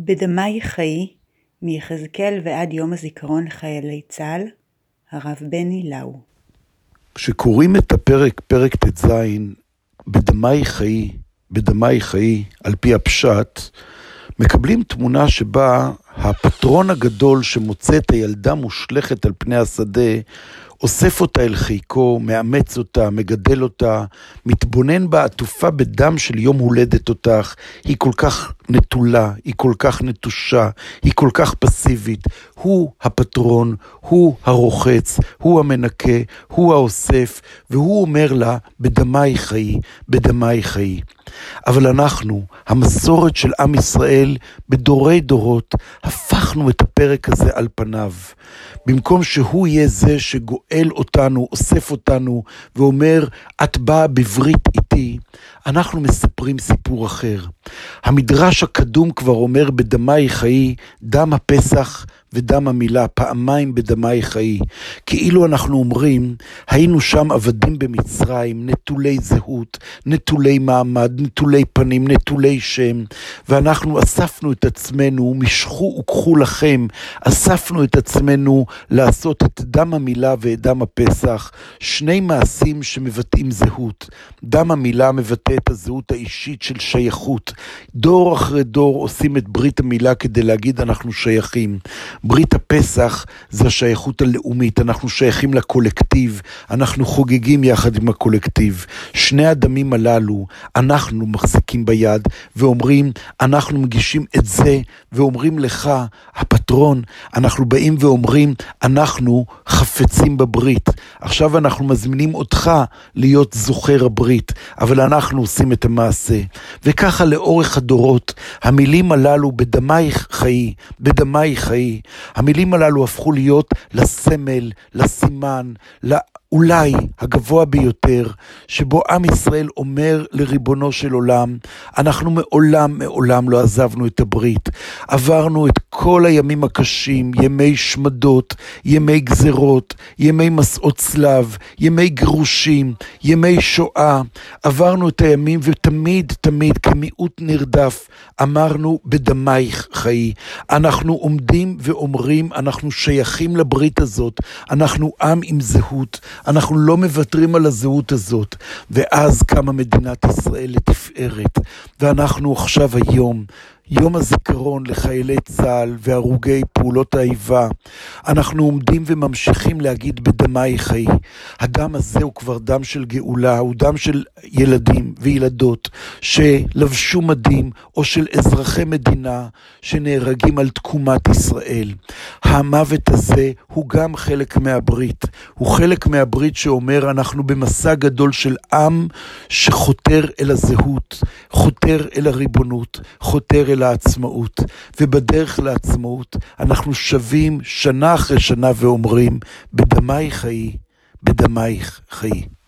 בדמי חיי, מיחזקאל ועד יום הזיכרון לחיילי צה"ל, הרב בני לאו. כשקוראים את הפרק, פרק ט"ז, בדמי חיי, על פי הפשט, מקבלים תמונה שבה הפטרון הגדול שמוצא את הילדה מושלכת על פני השדה, אוסף אותה אל חיקו, מאמץ אותה, מגדל אותה, מתבונן בה עטופה בדם של יום הולדת אותך, היא כל כך נטולה, היא כל כך נטושה, היא כל כך פסיבית, הוא הפטרון, הוא הרוחץ, הוא המנקה, הוא האוסף, והוא אומר לה, בדמי חיי, בדמי חיי. אבל אנחנו, המסורת של עם ישראל, בדורי דורות, הפכנו את הפרק הזה על פניו. במקום שהוא יהיה זה שגואל אותנו, אוסף אותנו, ואומר, את באה בברית איתי, אנחנו מספרים סיפור אחר. המדרש הקדום כבר אומר, בדמי חיי, דם הפסח ודם המילה, פעמיים בדמי חיי. כאילו אנחנו אומרים, היינו שם עבדים במצרים, נטולי זהות, נטולי מעמד, נטולי פנים, נטולי שם, ואנחנו אספנו את עצמנו, משכו וקחו לכם, אספנו את עצמנו לעשות את דם המילה ואת דם הפסח, שני מעשים שמבטאים זהות. דם המילה מבטא את הזהות האישית של שייכות. דור אחרי דור עושים את ברית המילה כדי להגיד אנחנו שייכים. ברית הפסח זה השייכות הלאומית, אנחנו שייכים לקולקטיב, אנחנו חוגגים יחד עם הקולקטיב. שני הדמים הללו אנחנו מחזיקים ביד ואומרים, אנחנו מגישים את זה, ואומרים לך, הפטרון, אנחנו באים ואומרים, אנחנו חפצים בברית. עכשיו אנחנו מזמינים אותך להיות זוכר הברית, אבל אנחנו עושים את המעשה. וככה לאורך הדורות, המילים הללו בדמי חיי, בדמי חיי, המילים הללו הפכו להיות לסמל, לסימן, אולי הגבוה ביותר, שבו עם ישראל אומר לריבונו של עולם, אנחנו מעולם לא עזבנו את הברית. עברנו את כל הימים הקשים, ימי שמדות, ימי גזרות, ימי מסעות צלב, ימי גירושים, ימי שואה. עברנו את הימים ותמיד כמיעוט נרדף, אמרנו בדמי חיי. אנחנו עומדים ואומרים, אנחנו שייכים לברית הזאת, אנחנו עם עם זהות, אנחנו לא מוותרים על הזהות הזאת. ואז קמה מדינת ישראל לתפארת, ואנחנו עכשיו היום, יום הזיכרון לחיילי צה"ל והרוגי פעולות האיבה, אנחנו עומדים וממשיכים להגיד בדמי חיי. הדם הזה הוא כבר דם של גאולה, הוא דם של ילדים וילדות שלבשו מדים, או של אזרחי מדינה שנהרגים על תקומת ישראל. המוות הזה הוא גם חלק מהברית, הוא חלק מהברית שאומר אנחנו במסע גדול של עם שחותר אל הזהות, חותר אל הריבונות, חותר אל העצמאות, ובדרך לעצמאות אנחנו שווים שנה אחרי שנה ואומרים בדמי חיי, בדמי חיי.